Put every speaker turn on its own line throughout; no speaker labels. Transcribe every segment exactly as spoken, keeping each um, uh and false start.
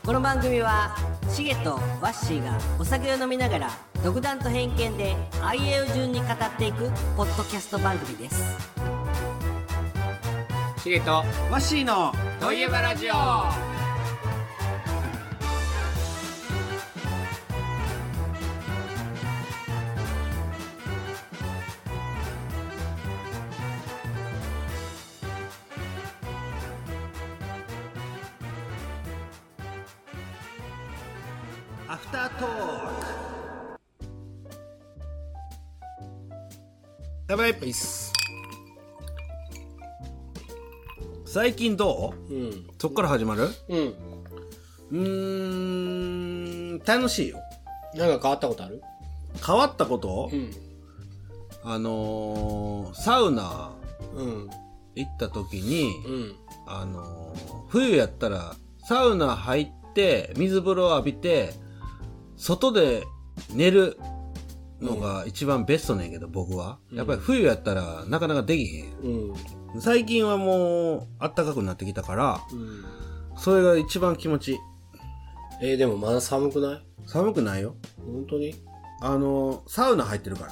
この番組はシゲとワッシーがお酒を飲みながら独断と偏見であいうえお順に語っていくポッドキャスト番組です。
シゲと
ワッシーの
といえばラジオ。
アフタートーク。やばいっす。最近どう？うん。そっから始まる？
うん。
うーん、楽しいよ。
なんか変わったことある？
変わったこと？
うん。
あのー、サウナ
うん
行った時に、
うん。
あのー、冬やったらサウナ入って水風呂浴びて外で寝るのが一番ベストねんけど、僕は。やっぱり冬やったらなかなかできへん。
うん。
最近はもう暖かくなってきたから、
うん。
それが一番気持ちいい。
えー、でもまだ寒くない？
寒くないよ。
本当に？
あの、サウナ入ってるから。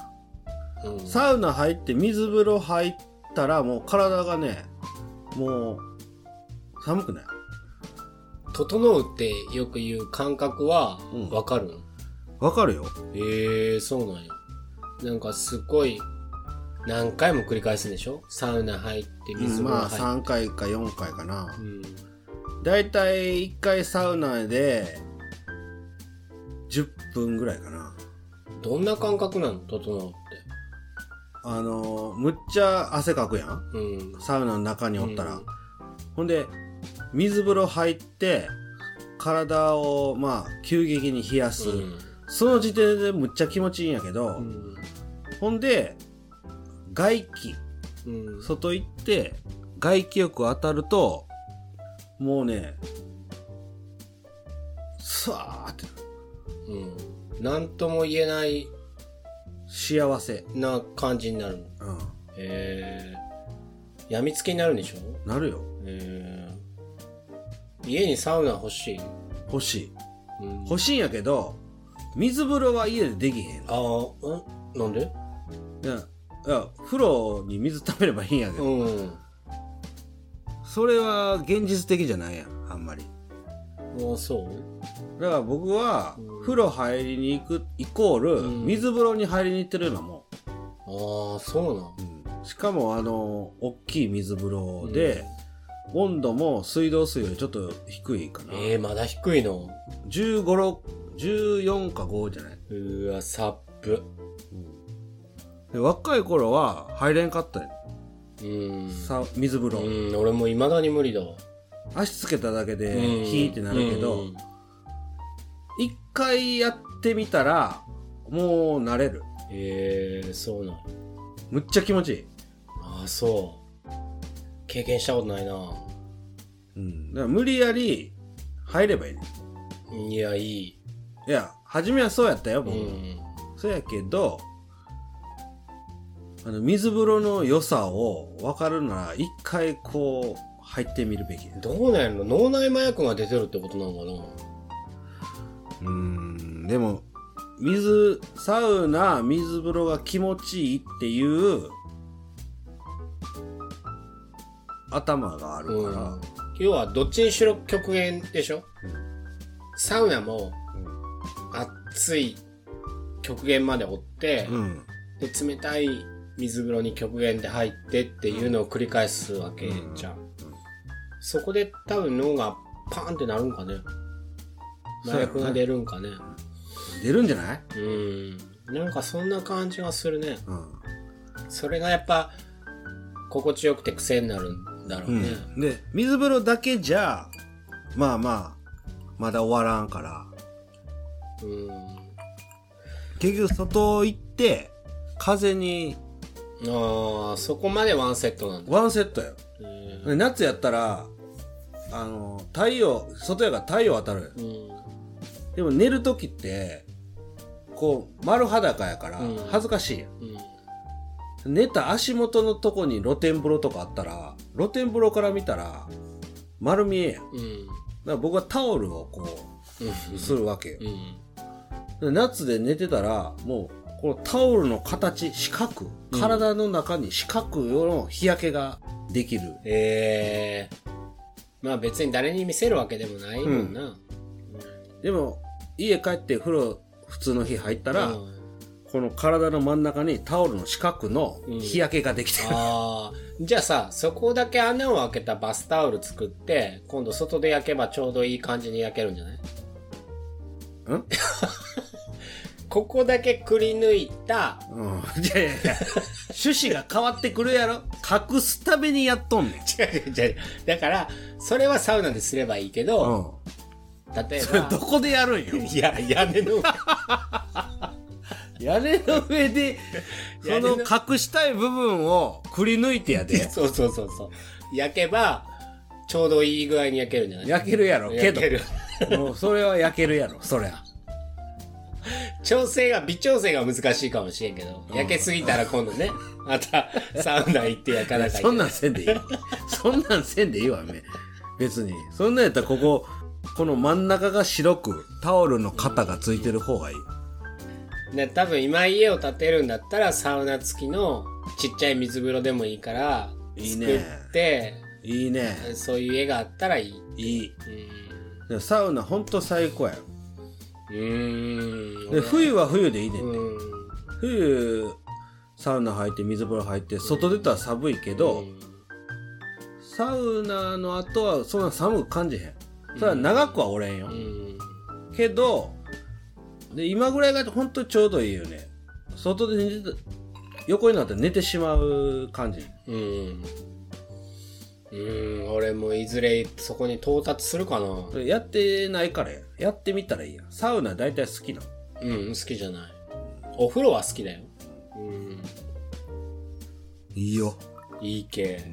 うん。
サウナ入って水風呂入ったらもう体がね、もう寒くない。
整うってよく言う感覚はわかるの？
わかるよ。
えー、そうなんや。なんかすごい何回も繰り返すんでしょ？サウナ入って水風呂入って、うん、まあ
さんかいかよんかいかな。
うん。
だいたいいっかいサウナでじゅっぷんぐらいかな。
どんな感覚なの？整うって。
あの、むっちゃ汗かくやん。
うん。
サウナの中におったら。
うん、
ほんで、水風呂入って、体を、まあ、急激に冷やす。うん、その時点でむっちゃ気持ちいいんやけど、うん、ほんで、外気、うん、外行って、外気浴当たると、もうね、スワーって。
うん。なんとも言えない
幸せ
な感じになるの。
うん。
へー。やみつきになるんでしょ？
なるよ。
へー。家にサウナ欲しい？
欲しい。
うん、
欲しいんやけど、水風呂は家でできへん。
ああ、んなんで？
いや、いや、風呂に水溜めればいいんやけど。うん。それは現実的じゃないやん、あんまり。
ああ、そう？
だから僕は、風呂入りに行く、イコール、水風呂に入りに行ってるようなも
ん。ああ、そうなん、
うん。しかも、あの、大きい水風呂で、うん、温度も水道水よりちょっと低いかな。
ええー、まだ低いの？
じゅうご、ろく、じゅうよんかごじゃない？
うーわ、サップ。
うん、で若い頃は入れんかったよ。
うん。
さ、水風呂。
うん、俺も未だに無理だわ。
足つけただけで、ヒーってなるけど、一回やってみたら、もう慣れる。
へえー、そうなん。
むっちゃ気持ちいい。
ああ、そう。経験したことないな。
うん。だから無理やり入ればいいね。
いや、いい。
いや、初めはそうやったよ、僕。
うん、
そうやけど、あの、水風呂の良さを分かるなら、一回こう、入ってみるべき。
どうなんの？脳内麻薬が出てるってことなのかな？
うーん、でも、水、サウナ、水風呂が気持ちいいっていう、頭があるから。うん、
要は、どっちにしろ極限でしょ？うん、サウナも、熱い極限まで追って、うん、で、冷たい水風呂に極限で入ってっていうのを繰り返すわけじゃん。うんうん、そこで多分脳がパーンってなるんかね。麻薬が出るんかね。
出るんじゃない？
うん。なんかそんな感じがするね。
うん。
それがやっぱ心地よくて癖になるんだろうね。
うん、で、水風呂だけじゃ、まあまあ、まだ終わらんから。
うん。
結局外行って、風に。
ああ、そこまでワンセットなんだ。
ワンセットよ。で夏やったら、あの、太陽、外やから太陽当たるよ。うん、でも寝るときって、こう、丸裸やから恥ずかしいやん。うんうん、寝た足元のとこに露天風呂とかあったら、露天風呂から見たら丸見えやん。うん、 から僕はタオルをこう、するわけよ。
うん、
夏で寝てたら、もう、このタオルの形、四角、体の中に四角の日焼けができる。
へえー。まあ別に誰に見せるわけでもないもんな。うん、
でも、家帰って風呂、普通の日入ったら、うん、この体の真ん中にタオルの四角の日焼けができてる。
うん、ああ。じゃあさ、そこだけ穴を開けたバスタオル作って、今度外で焼けばちょうどいい感じに焼けるんじゃない？んここだけくり抜いた。
うん。いやいやいや、趣旨が変わってくるやろ。隠すためにやっとんねん。
違う違う違う。だから、それはサウナですればいいけど、うん、例えば。それ
どこでやるんよ。
いや、屋根の上。
屋根の上で、その隠したい部分をくり抜いてやで。
そうそうそうそう。焼けば、ちょうどいい具合に焼けるんじゃない？
焼けるやろ、けど。焼ける。もうそれは焼けるやろ、そりゃ。
調整が、微調整が難しいかもしれんけど、焼けすぎたら今度ね、またサウナ行って焼かなきゃいけない。
そんなんせんでいい。そんなんせんでいいわ、ね。別に。そんなんやったらここ、この真ん中が白く、タオルの型がついてる方がいい。
ね、多分今家を建てるんだったらサウナ付きのちっちゃい水風呂でもいいから、
いいね。
作って、
いいね。
そういう家があったらいい。
いい。うん、サウナほんと最高やろ。
うーん
で冬は冬でいいねんて。冬、サウナ入って水風呂入って、外出たら寒いけど、サウナの後はそんな寒く感じへん。それは長くはおれんよ。けど、で、今ぐらいがほんとちょうどいいよね。外で寝て、横になって寝てしまう感じ。
うん。うーん、俺もいずれそこに到達するかな。
やってないからや。やってみたらいいや。サウナ大体好きなの？
うん、好きじゃない。お風呂は好きだよ。うん。
いいよ。
いいけ。うん。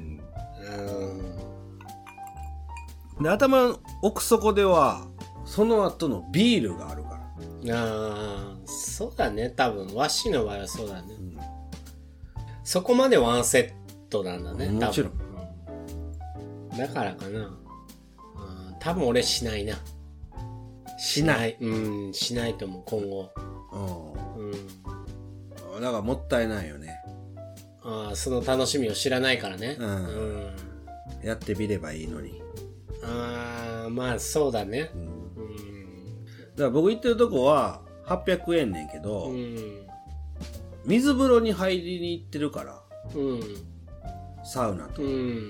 で、頭の奥底では、その後のビールがあるから。
ああ、そうだね。多分、ワッシーの場合はそうだね。うん、そこまでワンセットなんだね。
もちろん。
うん、だからかな。うん、多分俺しないな。
しない。
うん、しないと思う、今後。
うん。だからもったいないよね。
ああ、その楽しみを知らないからね。
うん。うん、やってみればいいのに。
ああ、まあそうだね。うん
だから僕行ってるとこははっぴゃくえんねんけど、うん、水風呂に入りに行ってるから、うん、サウナと、うん、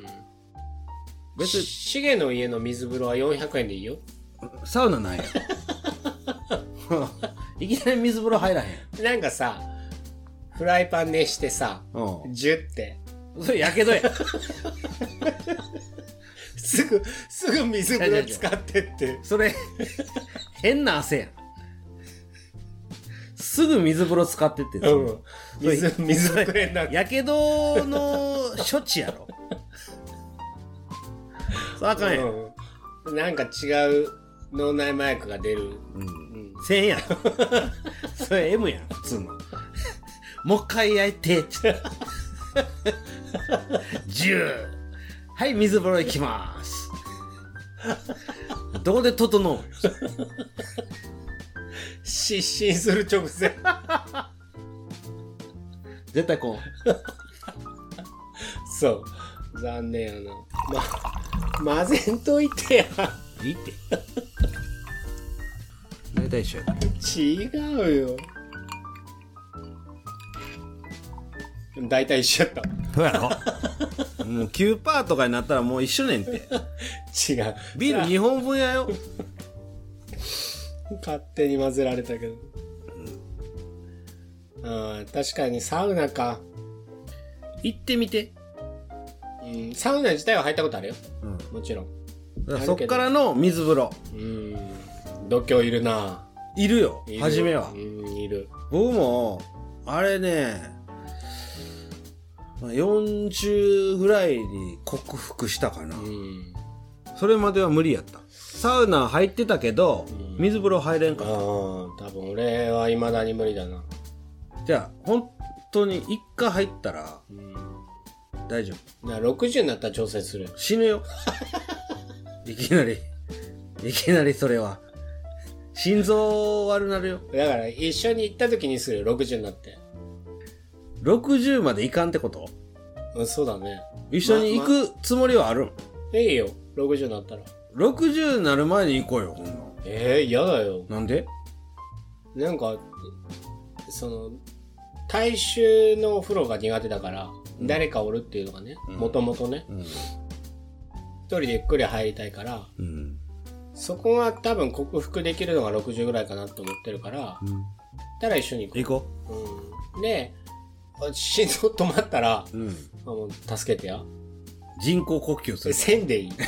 別にシゲの家の水風呂はよんひゃくえんでいいよ。
サウナないよ。いきなり水風呂入らへ
ん。なんかさ、フライパン熱してさ、うん、ジュって。
それやけどや。
すぐ、すぐ水風呂使ってって。
それ、変な汗やん。すぐ水風呂使ってって。
うん。水、水ぶくれになって。
やけどの処置やろ。そうあかんやん、
うん。なんか違う脳内麻薬が出る。うん。うん、
せんやん。それ エム やん、普通の。もう一回焼いて。じゅう。はい、水風呂行きます。どこで整うよ。
失神する直前。
絶対こう。
そう。残念やな。ま、混ぜんといてや。
いいって。大体一緒や。
違うよ。大体一緒やった。
そうやろもう きゅうパーセント とかになったらもう一緒ねんって。
違う。
ビールにほんぶんやよ。
勝手に混ぜられたけど。うん、あ確かにサウナか。
行ってみて。
うん、サウナ自体は入ったことあるよ。うん、もちろん。
そっからの水風呂。
うん。度胸いるな。
いるよ。初めは。
うん、いる。
僕も、あれね、よんじゅうぐらいに克服したかな、うん、それまでは無理やった。サウナ入ってたけど、うん、水風呂入れんかった。ああ、
多分俺は未だに無理だな。
じゃあ本当に一回入ったら、うん、大丈夫。
ろくじゅうになったら調整する。
死ぬよ。いきなりいきなりそれは。心臓悪なるよ。
だから一緒に行った時にするよ、ろくじゅうになって。
ろくじゅうまでいかんってこと？
うん、そうだね。
一緒に行くつもりはあるん？
ええよ、ろくじゅうになったら。
ろくじゅうになる前に行こうよ、ほんな。
ええー、嫌だよ。
なんで？
なんか、その、大衆のお風呂が苦手だから、うん、誰かおるっていうのがね、もともとね、うん、一人でゆっくり入りたいから、うん、そこが多分克服できるのがろくじゅうぐらいかなと思ってるから、うん、たら一緒に行こう。行こう。うん、で、心臓止まったら、うん、もう助けてや。
人工呼吸する。
せんでいい。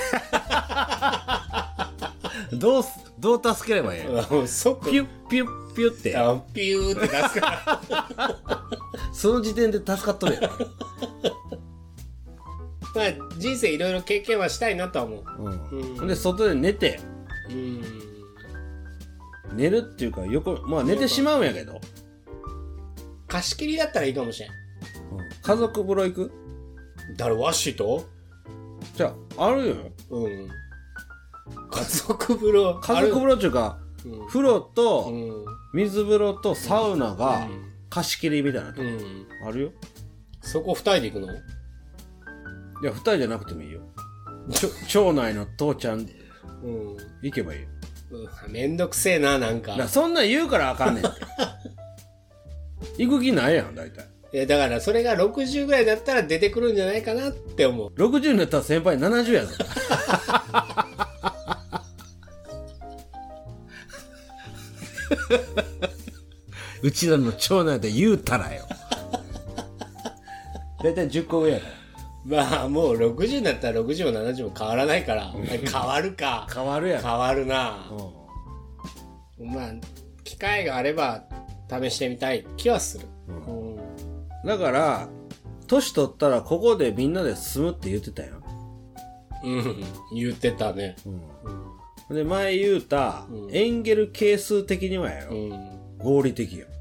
どう、どう助ければいいの？
即
ピュッピュッピュッって。
あ、ピューって出すから。
その時点で助かっとるやん。
まあ、人生いろいろ経験はしたいなとは思う。
うん。うん、で、外で寝て。うん。寝るっていうか、横、まあ寝てしまうんやけど。
貸し切りだったらいいかもしれん。うん、
家族風呂行く？
誰、ワッシーと？
じゃあ、あるよ。
うん。家族風呂。
家族風呂っていうか、うん、風呂と、水風呂とサウナが貸し切りみたいな、うん、あるよ。
そこ二人で行くの？
いや、二人じゃなくてもいいよ。ちょ、町内の父ちゃん、うん、行けばいいよ。
うん、めんどくせえな、なんか。
だそんなん言うからあかんねんって。行く気ないやん、大体。
いや、だからそれがろくじゅうぐらいだったら出てくるんじゃないかなって思う。
ろくじゅうになったら先輩ななじゅうやぞ。うちらの町内で言うたらよ。だいたいじゅっこ上やから。
まあもうろくじゅうになったらろくじゅうもななじゅうも変わらないから。変わるか。
変わるやろ。
変わるな。うん、まあ、機会があれば試してみたい気はする。うん
うん、だから、年取ったらここでみんなで住むって言ってたよ。
うん、言ってたね。
うん、で、前言うた、うん、エンゲル係数的にはやろ。うん、合理的よ。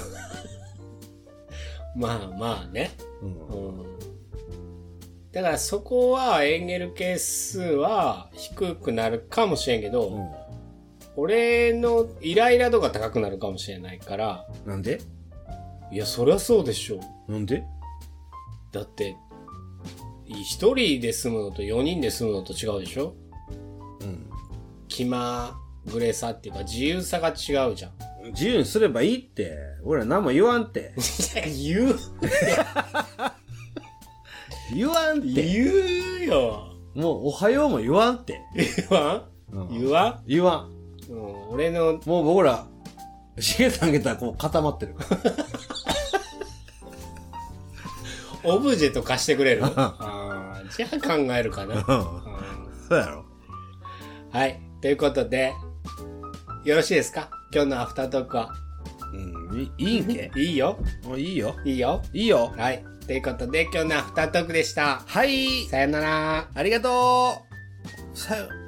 まあまあね。うんうん、だからそこはエンゲル係数は低くなるかもしれんけど、うん、俺のイライラ度が高くなるかもしれないから。
なんで？
いや、そりゃそうでしょ。
なんで？
だって、一人で住むのと四人で住むのと違うでしょ？うん。気まぐれさっていうか自由さが違うじゃん。
自由にすればいいって。俺ら何も言わんって。
言う
言わんって。
言うよ。
もうおはようも言わんって。
言わん、うん、言わん
言わん。
うん、俺の。
もう僕ら、しげさんあげたらこう固まってる。
オブジェと貸してくれる？あじゃあ考えるかな。うん、
そうやろ。
はい。ということで、よろしいですか？今日のアフタートークは。
うん、いいんけ？
いいよ。
もういいよ。
いいよ。
いいよ。
はい。ということで、今日のアフタートークでした。
はい。
さよなら。
ありがとう。さよ。